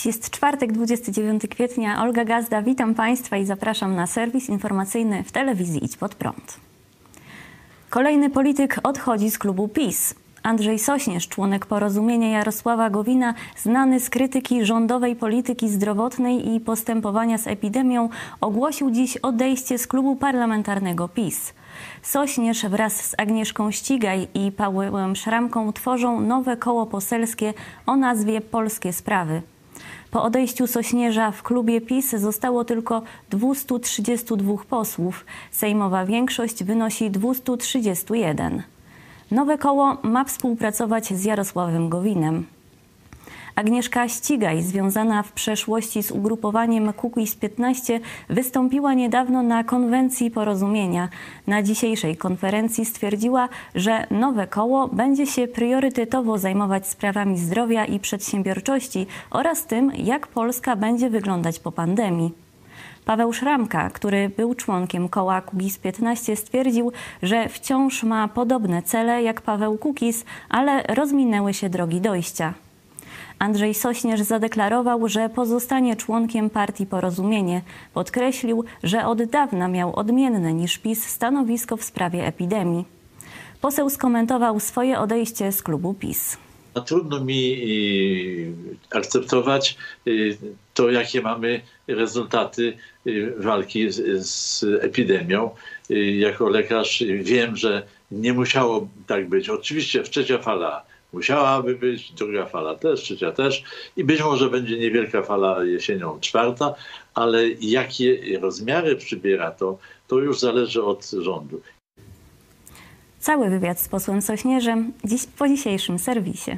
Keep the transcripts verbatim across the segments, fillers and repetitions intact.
Dziś jest czwartek, dwudziestego dziewiątego kwietnia. Olga Gazda, witam Państwa i zapraszam na serwis informacyjny w telewizji Idź Pod Prąd. Kolejny polityk odchodzi z klubu PiS. Andrzej Sośnierz, członek Porozumienia Jarosława Gowina, znany z krytyki rządowej polityki zdrowotnej i postępowania z epidemią, ogłosił dziś odejście z klubu parlamentarnego PiS. Sośnierz wraz z Agnieszką Ścigaj i Pawłem Szramką tworzą nowe koło poselskie o nazwie Polskie Sprawy. Po odejściu Sośnierza w klubie PiS zostało tylko dwustu trzydziestu dwóch posłów. Sejmowa większość wynosi dwieście trzydzieści jeden. Nowe koło ma współpracować z Jarosławem Gowinem. Agnieszka Ścigaj, związana w przeszłości z ugrupowaniem Kukiz piętnaście, wystąpiła niedawno na konwencji Porozumienia. Na dzisiejszej konferencji stwierdziła, że nowe koło będzie się priorytetowo zajmować sprawami zdrowia i przedsiębiorczości oraz tym, jak Polska będzie wyglądać po pandemii. Paweł Szramka, który był członkiem koła Kukiz piętnaście, stwierdził, że wciąż ma podobne cele jak Paweł Kukiz, ale rozminęły się drogi dojścia. Andrzej Sośnierz zadeklarował, że pozostanie członkiem partii Porozumienie. Podkreślił, że od dawna miał odmienne niż PiS stanowisko w sprawie epidemii. Poseł skomentował swoje odejście z klubu PiS. Trudno mi akceptować to, jakie mamy rezultaty walki z, z epidemią. Jako lekarz wiem, że nie musiało tak być. Oczywiście trzecia fala musiałaby być, druga fala też, trzecia też i być może będzie niewielka fala jesienią czwarta, ale jakie rozmiary przybiera to, to już zależy od rządu. Cały wywiad z posłem Sośnierzem dziś po dzisiejszym serwisie.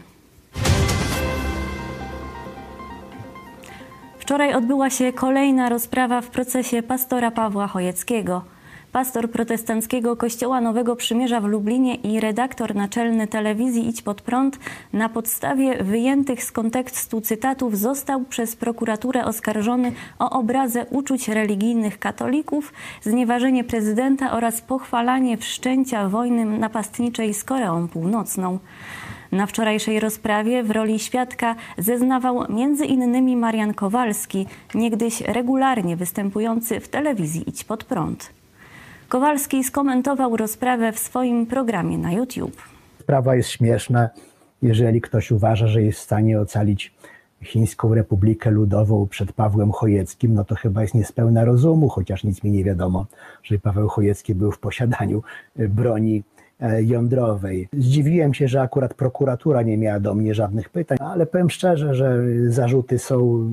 Wczoraj odbyła się kolejna rozprawa w procesie pastora Pawła Chojeckiego. Pastor protestanckiego Kościoła Nowego Przymierza w Lublinie i redaktor naczelny telewizji Idź Pod Prąd na podstawie wyjętych z kontekstu cytatów został przez prokuraturę oskarżony o obrazę uczuć religijnych katolików, znieważenie prezydenta oraz pochwalanie wszczęcia wojny napastniczej z Koreą Północną. Na wczorajszej rozprawie w roli świadka zeznawał między innymi Marian Kowalski, niegdyś regularnie występujący w telewizji Idź Pod Prąd. Kowalski skomentował rozprawę w swoim programie na YouTube. Sprawa jest śmieszna, jeżeli ktoś uważa, że jest w stanie ocalić Chińską Republikę Ludową przed Pawłem Chojeckim, no to chyba jest niespełna rozumu, chociaż nic mi nie wiadomo, że Paweł Chojecki był w posiadaniu broni jądrowej. Zdziwiłem się, że akurat prokuratura nie miała do mnie żadnych pytań, ale powiem szczerze, że zarzuty są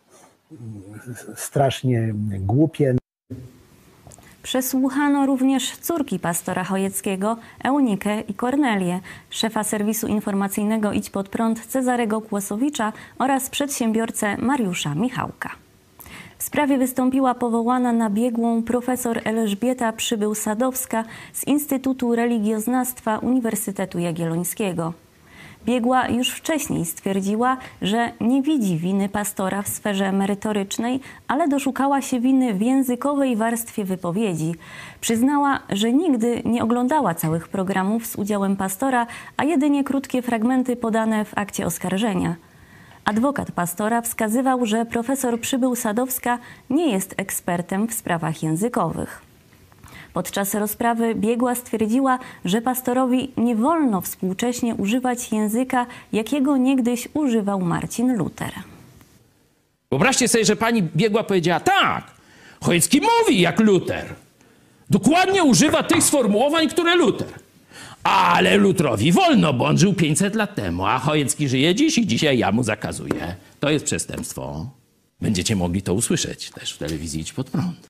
strasznie głupie. Przesłuchano również córki pastora Chojeckiego, Eunikę i Kornelię, szefa serwisu informacyjnego Idź Pod Prąd Cezarego Kłosowicza oraz przedsiębiorcę Mariusza Michałka. W sprawie wystąpiła powołana na biegłą profesor Elżbieta Przybył-Sadowska z Instytutu Religioznawstwa Uniwersytetu Jagiellońskiego. Biegła już wcześniej stwierdziła, że nie widzi winy pastora w sferze merytorycznej, ale doszukała się winy w językowej warstwie wypowiedzi. Przyznała, że nigdy nie oglądała całych programów z udziałem pastora, a jedynie krótkie fragmenty podane w akcie oskarżenia. Adwokat pastora wskazywał, że profesor Przybył-Sadowska nie jest ekspertem w sprawach językowych. Podczas rozprawy biegła stwierdziła, że pastorowi nie wolno współcześnie używać języka, jakiego niegdyś używał Marcin Luter. Wyobraźcie sobie, że pani biegła powiedziała: tak, Chojecki mówi jak Luter. Dokładnie używa tych sformułowań, które Luter. Ale Lutrowi wolno, bo on żył pięćset lat temu, a Chojecki żyje dziś i dzisiaj ja mu zakazuję. To jest przestępstwo. Będziecie mogli to usłyszeć też w telewizji Idź Pod Prąd.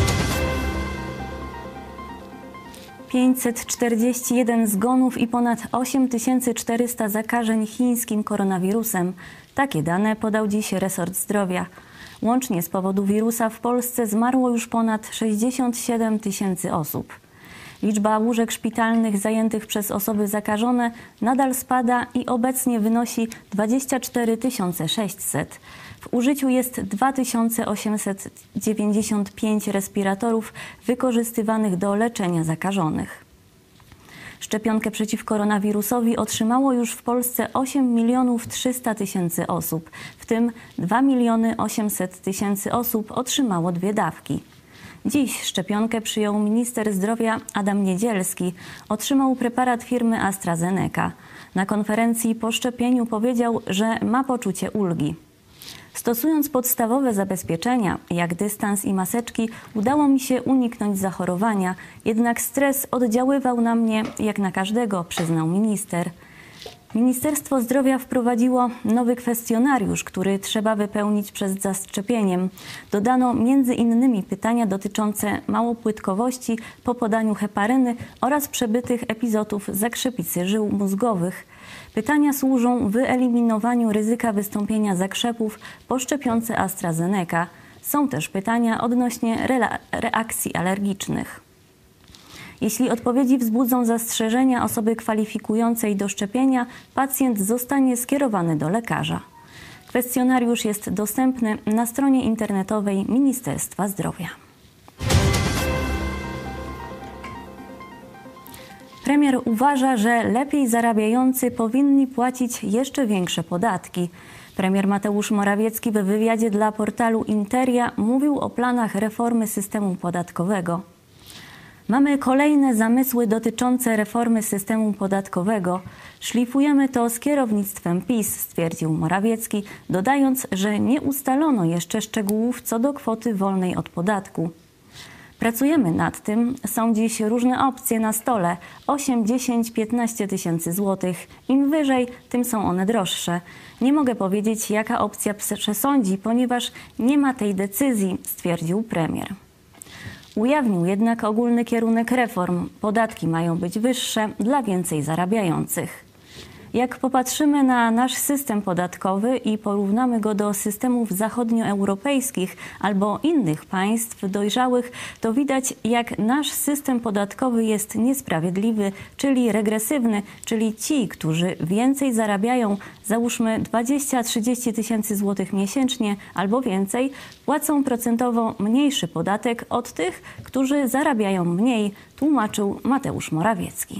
pięćset czterdzieści jeden zgonów i ponad osiem tysięcy czterysta zakażeń chińskim koronawirusem. Takie dane podał dziś resort zdrowia. Łącznie z powodu wirusa w Polsce zmarło już ponad sześćdziesiąt siedem tysięcy osób. Liczba łóżek szpitalnych zajętych przez osoby zakażone nadal spada i obecnie wynosi dwadzieścia cztery tysiące sześćset. W użyciu jest dwa tysiące osiemset dziewięćdziesiąt pięć respiratorów wykorzystywanych do leczenia zakażonych. Szczepionkę przeciw koronawirusowi otrzymało już w Polsce osiem milionów trzysta tysięcy osób, w tym dwa miliony osiemset tysięcy osób otrzymało dwie dawki. Dziś szczepionkę przyjął minister zdrowia Adam Niedzielski. Otrzymał preparat firmy AstraZeneca. Na konferencji po szczepieniu powiedział, że ma poczucie ulgi. Stosując podstawowe zabezpieczenia, jak dystans i maseczki, udało mi się uniknąć zachorowania, jednak stres oddziaływał na mnie jak na każdego, przyznał minister. Ministerstwo Zdrowia wprowadziło nowy kwestionariusz, który trzeba wypełnić przed zaszczepieniem. Dodano między innymi pytania dotyczące małopłytkowości po podaniu heparyny oraz przebytych epizodów zakrzepicy żył mózgowych. Pytania służą wyeliminowaniu ryzyka wystąpienia zakrzepów po szczepionce AstraZeneca. Są też pytania odnośnie reakcji alergicznych. Jeśli odpowiedzi wzbudzą zastrzeżenia osoby kwalifikującej do szczepienia, pacjent zostanie skierowany do lekarza. Kwestionariusz jest dostępny na stronie internetowej Ministerstwa Zdrowia. Premier uważa, że lepiej zarabiający powinni płacić jeszcze większe podatki. Premier Mateusz Morawiecki w wywiadzie dla portalu Interia mówił o planach reformy systemu podatkowego. Mamy kolejne zamysły dotyczące reformy systemu podatkowego. Szlifujemy to z kierownictwem PiS, stwierdził Morawiecki, dodając, że nie ustalono jeszcze szczegółów co do kwoty wolnej od podatku. Pracujemy nad tym. Są dziś różne opcje na stole. osiem, dziesięć, piętnaście tysięcy złotych. Im wyżej, tym są one droższe. Nie mogę powiedzieć, jaka opcja przesądzi, ponieważ nie ma tej decyzji, stwierdził premier. Ujawnił jednak ogólny kierunek reform. Podatki mają być wyższe dla więcej zarabiających. Jak popatrzymy na nasz system podatkowy i porównamy go do systemów zachodnioeuropejskich albo innych państw dojrzałych, to widać, jak nasz system podatkowy jest niesprawiedliwy, czyli regresywny, czyli ci, którzy więcej zarabiają, załóżmy dwadzieścia trzydzieści tysięcy złotych miesięcznie albo więcej, płacą procentowo mniejszy podatek od tych, którzy zarabiają mniej, tłumaczył Mateusz Morawiecki.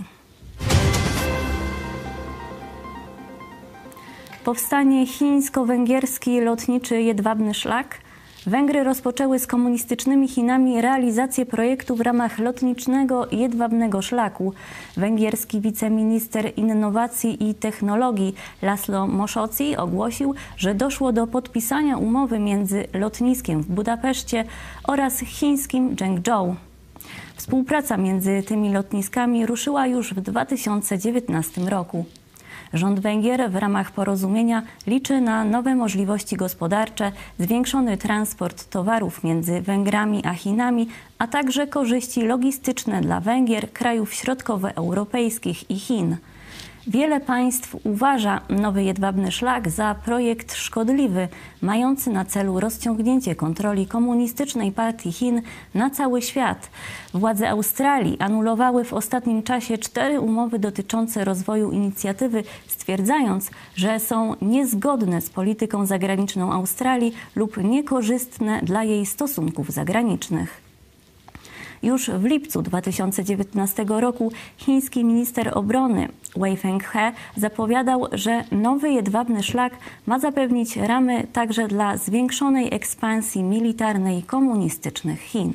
Powstanie chińsko-węgierski lotniczy jedwabny szlak. Węgry rozpoczęły z komunistycznymi Chinami realizację projektu w ramach lotniczego jedwabnego szlaku. Węgierski wiceminister innowacji i technologii Laszlo Moszoci ogłosił, że doszło do podpisania umowy między lotniskiem w Budapeszcie oraz chińskim Zhengzhou. Współpraca między tymi lotniskami ruszyła już w dwa tysiące dziewiętnastym roku. Rząd Węgier w ramach porozumienia liczy na nowe możliwości gospodarcze, zwiększony transport towarów między Węgrami a Chinami, a także korzyści logistyczne dla Węgier, krajów środkowoeuropejskich i Chin. Wiele państw uważa nowy jedwabny szlak za projekt szkodliwy, mający na celu rozciągnięcie kontroli komunistycznej partii Chin na cały świat. Władze Australii anulowały w ostatnim czasie cztery umowy dotyczące rozwoju inicjatywy, stwierdzając, że są niezgodne z polityką zagraniczną Australii lub niekorzystne dla jej stosunków zagranicznych. Już w lipcu dwa tysiące dziewiętnastego roku chiński minister obrony Wei Fenghe zapowiadał, że nowy jedwabny szlak ma zapewnić ramy także dla zwiększonej ekspansji militarnej komunistycznych Chin.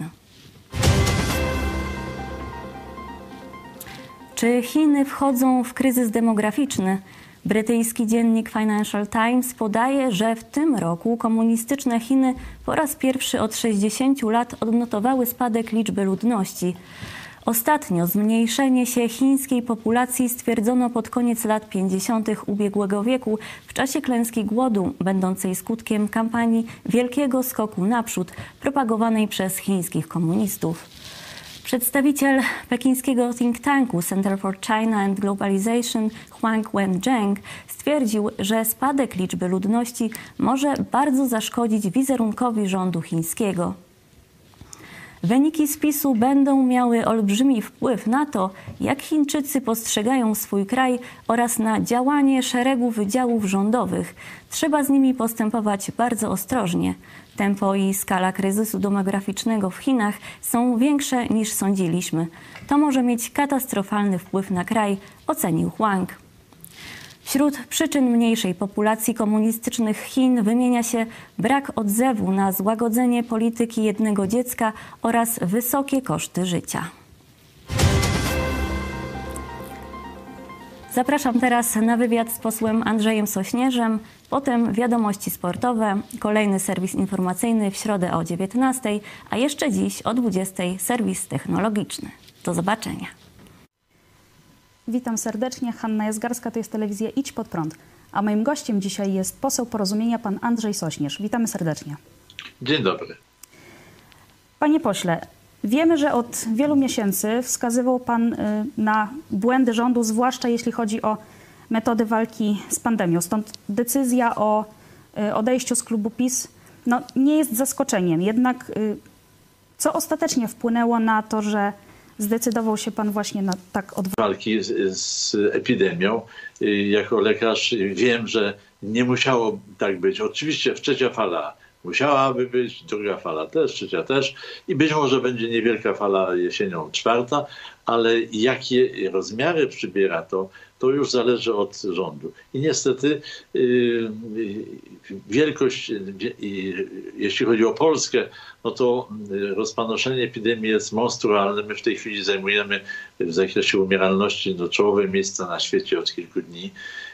Czy Chiny wchodzą w kryzys demograficzny? Brytyjski dziennik Financial Times podaje, że w tym roku komunistyczne Chiny po raz pierwszy od sześćdziesięciu lat odnotowały spadek liczby ludności. Ostatnio zmniejszenie się chińskiej populacji stwierdzono pod koniec lat pięćdziesiątych ubiegłego wieku w czasie klęski głodu, będącej skutkiem kampanii Wielkiego Skoku Naprzód propagowanej przez chińskich komunistów. Przedstawiciel pekińskiego think tanku Center for China and Globalization Huang Wenzheng stwierdził, że spadek liczby ludności może bardzo zaszkodzić wizerunkowi rządu chińskiego. Wyniki spisu będą miały olbrzymi wpływ na to, jak Chińczycy postrzegają swój kraj oraz na działanie szeregu wydziałów rządowych. Trzeba z nimi postępować bardzo ostrożnie. Tempo i skala kryzysu demograficznego w Chinach są większe niż sądziliśmy. To może mieć katastrofalny wpływ na kraj, ocenił Huang. Wśród przyczyn mniejszej populacji komunistycznych Chin wymienia się brak odzewu na złagodzenie polityki jednego dziecka oraz wysokie koszty życia. Zapraszam teraz na wywiad z posłem Andrzejem Sośnierzem, potem wiadomości sportowe, kolejny serwis informacyjny w środę o dziewiętnastej, a jeszcze dziś o dwudziestej serwis technologiczny. Do zobaczenia. Witam serdecznie, Hanna Jazgarska, to jest telewizja Idź Pod Prąd. A moim gościem dzisiaj jest poseł Porozumienia, pan Andrzej Sośnierz. Witamy serdecznie. Dzień dobry. Panie pośle, wiemy, że od wielu miesięcy wskazywał pan na błędy rządu, zwłaszcza jeśli chodzi o metody walki z pandemią. Stąd decyzja o odejściu z klubu PiS no, nie jest zaskoczeniem. Jednak co ostatecznie wpłynęło na to, że zdecydował się pan właśnie na tak odwrócenie walki z, z epidemią? Jako lekarz wiem, że nie musiało tak być. Oczywiście trzecia fala musiałaby być, druga fala też, trzecia też i być może będzie niewielka fala jesienią czwarta, ale jakie rozmiary przybiera to, to już zależy od rządu. I niestety yy, wielkość, yy, jeśli chodzi o Polskę, no to rozpanoszenie epidemii jest monstrualne. My w tej chwili zajmujemy w zakresie umieralności no, czołowe miejsca na świecie od kilku dni.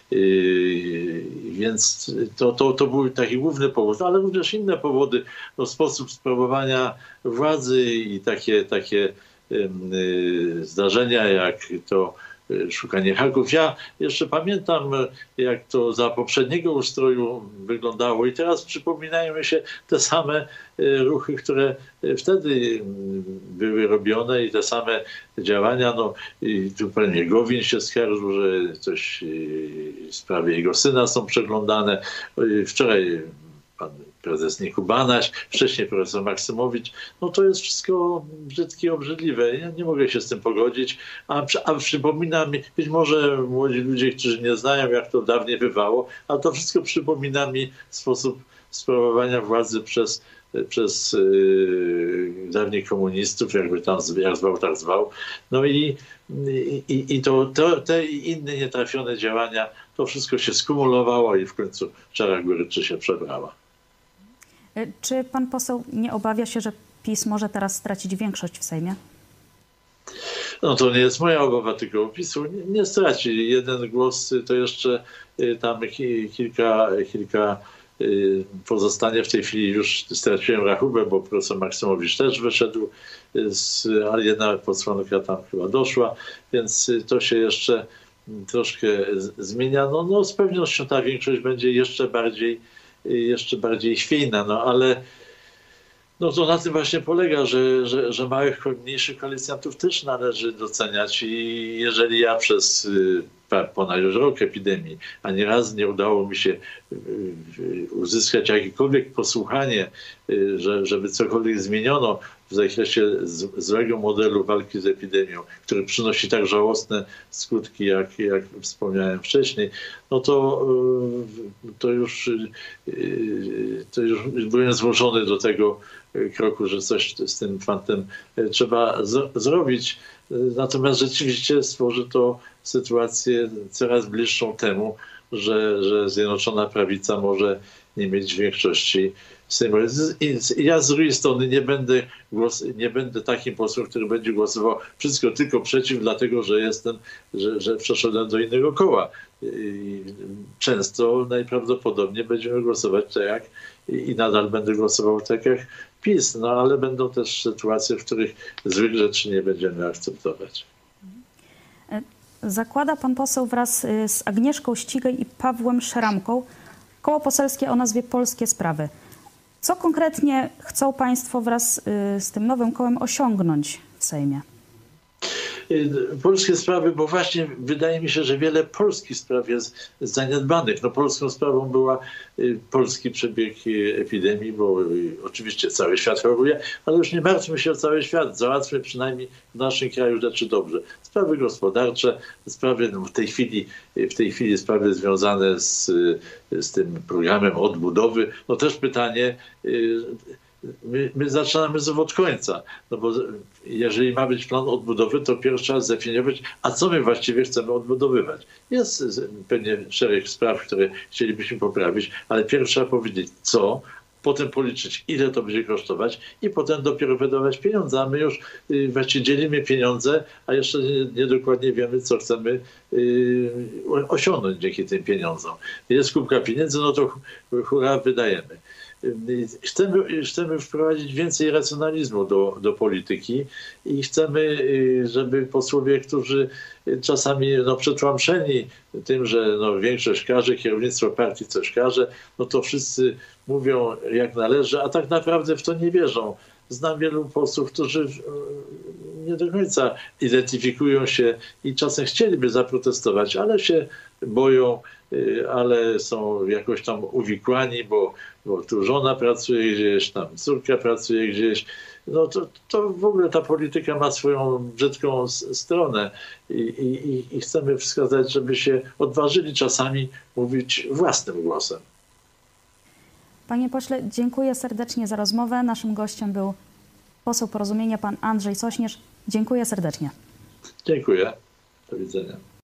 Yy, więc to, to, to był taki główny powód, ale również inne powody. No, sposób sprawowania władzy i takie, takie yy, zdarzenia jak to szukanie haków. Ja jeszcze pamiętam, jak to za poprzedniego ustroju wyglądało i teraz przypominają mi się te same ruchy, które wtedy były robione i te same działania. No, i tu premier Gowin się skarżył, że coś w sprawie jego syna są przeglądane. Wczoraj pan prezes Nikubanaś, wcześniej profesor Maksymowicz, no to jest wszystko brzydkie i obrzydliwe. Ja nie mogę się z tym pogodzić, a, a przypomina mi, być może młodzi ludzie, którzy nie znają, jak to dawniej bywało, a to wszystko przypomina mi sposób sprawowania władzy przez, przez yy, dawnych komunistów, jakby tam jak zwał, tak zwał. No i, i, i to, to, te inne nietrafione działania, to wszystko się skumulowało i w końcu czara goryczy się przebrała. Czy pan poseł nie obawia się, że PiS może teraz stracić większość w Sejmie? No to nie jest moja obawa, tylko PiS-u nie, nie straci. Jeden głos to jeszcze tam kilka, kilka pozostanie. W tej chwili już straciłem rachubę, bo profesor Maksymowicz też wyszedł, z, ale jedna posłanka tam chyba doszła, więc to się jeszcze troszkę zmienia. No, no z pewnością ta większość będzie jeszcze bardziej jeszcze bardziej chwiejna, no ale no to na tym właśnie polega, że, że, że małych, mniejszych koalicjantów też należy doceniać i jeżeli ja przez ponad już rok epidemii, a nieraz nie udało mi się uzyskać jakiekolwiek posłuchanie, że, żeby cokolwiek zmieniono w zakresie złego modelu walki z epidemią, który przynosi tak żałosne skutki, jak, jak wspomniałem wcześniej, no to, to, już, to już byłem zmuszony do tego kroku, że coś z tym fantem trzeba z- zrobić. Natomiast rzeczywiście stworzy to sytuację coraz bliższą temu, że, że Zjednoczona Prawica może nie mieć większości sejmowej. Ja z drugiej strony nie będę, głos, nie będę takim posłem, który będzie głosował wszystko tylko przeciw, dlatego że jestem, że, że przeszedłem do innego koła. I często najprawdopodobniej będziemy głosować tak jak i nadal będę głosował tak jak PiS, no ale będą też sytuacje, w których złych rzeczy nie będziemy akceptować. Zakłada pan poseł wraz z Agnieszką Ścigaj i Pawłem Szramką koło poselskie o nazwie Polskie Sprawy. Co konkretnie chcą państwo wraz z tym nowym kołem osiągnąć w Sejmie? polskie sprawy, bo właśnie wydaje mi się, że wiele polskich spraw jest zaniedbanych. No, polską sprawą była polski przebieg epidemii, bo oczywiście cały świat choruje, ale już nie martwmy się o cały świat. Załatwmy przynajmniej w naszym kraju rzeczy dobrze. Sprawy gospodarcze, sprawy no w tej chwili, w tej chwili sprawy związane z, z tym programem odbudowy. No też pytanie, My, my zaczynamy z od końca, no bo jeżeli ma być plan odbudowy, to pierwszy trzeba zdefiniować, a co my właściwie chcemy odbudowywać. Jest pewnie szereg spraw, które chcielibyśmy poprawić, ale pierwszy trzeba powiedzieć co, potem policzyć, ile to będzie kosztować i potem dopiero wydawać pieniądze, a my już właściwie dzielimy pieniądze, a jeszcze niedokładnie nie wiemy, co chcemy osiągnąć dzięki tym pieniądzom. Jest kubka pieniędzy, no to hura, wydajemy. Chcemy, chcemy wprowadzić więcej racjonalizmu do, do polityki i chcemy, żeby posłowie, którzy czasami no, przetłamszeni tym, że no, większość każe, kierownictwo partii coś każe, no to wszyscy mówią jak należy, a tak naprawdę w to nie wierzą. Znam wielu posłów, którzy nie do końca identyfikują się i czasem chcieliby zaprotestować, ale się boją, ale są jakoś tam uwikłani, bo, bo tu żona pracuje gdzieś, tam córka pracuje gdzieś. No to, to w ogóle ta polityka ma swoją brzydką stronę i, i, i chcemy wskazać, żeby się odważyli czasami mówić własnym głosem. Panie pośle, dziękuję serdecznie za rozmowę. Naszym gościem był poseł Porozumienia, pan Andrzej Sośnierz. Dziękuję serdecznie. Dziękuję. Do widzenia.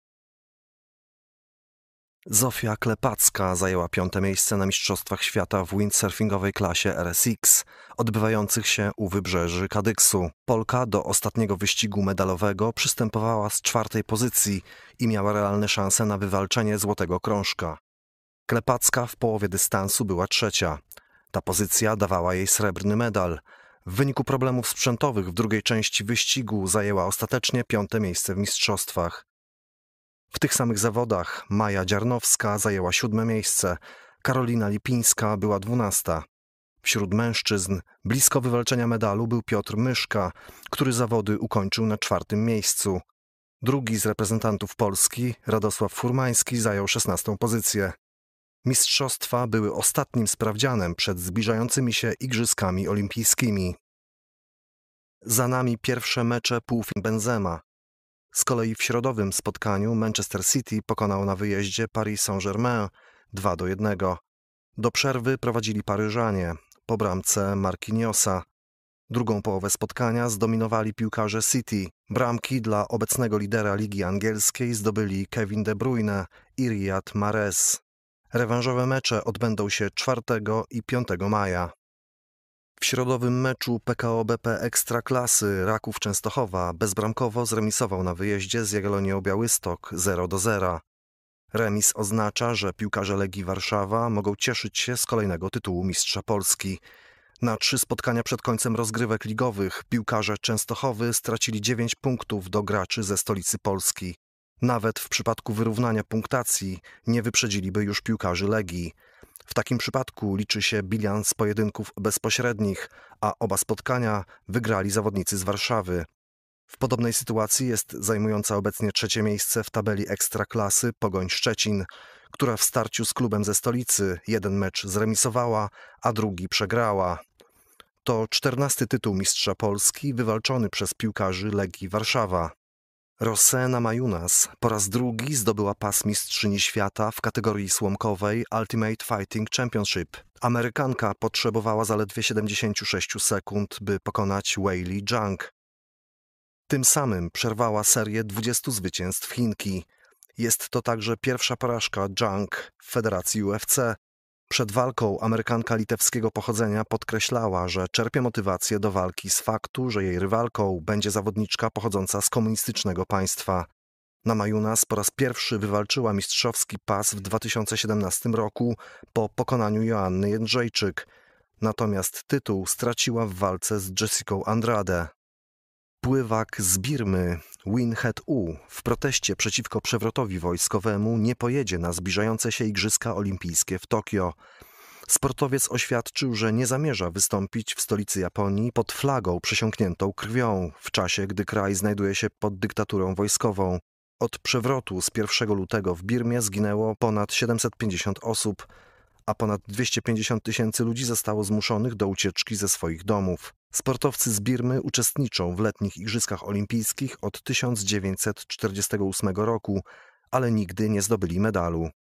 Zofia Klepacka zajęła piąte miejsce na Mistrzostwach Świata w windsurfingowej klasie R S X, odbywających się u wybrzeży Kadyksu. Polka do ostatniego wyścigu medalowego przystępowała z czwartej pozycji i miała realne szanse na wywalczenie złotego krążka. Klepacka w połowie dystansu była trzecia. Ta pozycja dawała jej srebrny medal. W wyniku problemów sprzętowych w drugiej części wyścigu zajęła ostatecznie piąte miejsce w mistrzostwach. W tych samych zawodach Maja Dziarnowska zajęła siódme miejsce, Karolina Lipińska była dwunasta. Wśród mężczyzn blisko wywalczenia medalu był Piotr Myszka, który zawody ukończył na czwartym miejscu. Drugi z reprezentantów Polski, Radosław Furmański, zajął szesnastą pozycję. Mistrzostwa były ostatnim sprawdzianem przed zbliżającymi się Igrzyskami Olimpijskimi. Za nami pierwsze mecze półfinału Benzema. Z kolei w środowym spotkaniu Manchester City pokonał na wyjeździe Paris Saint-Germain dwa do jednego. Do przerwy prowadzili Paryżanie, po bramce Marquinhosa. Drugą połowę spotkania zdominowali piłkarze City. Bramki dla obecnego lidera Ligi Angielskiej zdobyli Kevin De Bruyne i Riyad Mahrez. Rewanżowe mecze odbędą się czwartego i piątego maja. W środowym meczu P K O B P Ekstraklasy Raków Częstochowa bezbramkowo zremisował na wyjeździe z Jagiellonią Białystok zero do zera. Remis oznacza, że piłkarze Legii Warszawa mogą cieszyć się z kolejnego tytułu mistrza Polski. Na trzy spotkania przed końcem rozgrywek ligowych piłkarze Częstochowy stracili dziewięć punktów do graczy ze stolicy Polski. Nawet w przypadku wyrównania punktacji nie wyprzedziliby już piłkarzy Legii. W takim przypadku liczy się bilans pojedynków bezpośrednich, a oba spotkania wygrali zawodnicy z Warszawy. W podobnej sytuacji jest zajmująca obecnie trzecie miejsce w tabeli Ekstraklasy Pogoń Szczecin, która w starciu z klubem ze stolicy jeden mecz zremisowała, a drugi przegrała. To czternasty tytuł mistrza Polski wywalczony przez piłkarzy Legii Warszawa. Rosena Majunas po raz drugi zdobyła pas mistrzyni świata w kategorii słomkowej Ultimate Fighting Championship. Amerykanka potrzebowała zaledwie siedemdziesiąt sześć sekund, by pokonać Weili Zhang. Tym samym przerwała serię dwudziestu zwycięstw Chinki. Jest to także pierwsza porażka Zhang w Federacji U F C. Przed walką Amerykanka litewskiego pochodzenia podkreślała, że czerpie motywację do walki z faktu, że jej rywalką będzie zawodniczka pochodząca z komunistycznego państwa. Namajunas po raz pierwszy wywalczyła mistrzowski pas w dwa tysiące siedemnastym roku po pokonaniu Joanny Jędrzejczyk, natomiast tytuł straciła w walce z Jessicą Andrade. Pływak z Birmy, Win Het-u, w proteście przeciwko przewrotowi wojskowemu nie pojedzie na zbliżające się Igrzyska Olimpijskie w Tokio. Sportowiec oświadczył, że nie zamierza wystąpić w stolicy Japonii pod flagą przesiąkniętą krwią, w czasie gdy kraj znajduje się pod dyktaturą wojskową. Od przewrotu z pierwszego lutego w Birmie zginęło ponad siedemset pięćdziesiąt osób, a ponad dwieście pięćdziesiąt tysięcy ludzi zostało zmuszonych do ucieczki ze swoich domów. Sportowcy z Birmy uczestniczą w letnich Igrzyskach Olimpijskich od tysiąc dziewięćset czterdziestego ósmego roku, ale nigdy nie zdobyli medalu.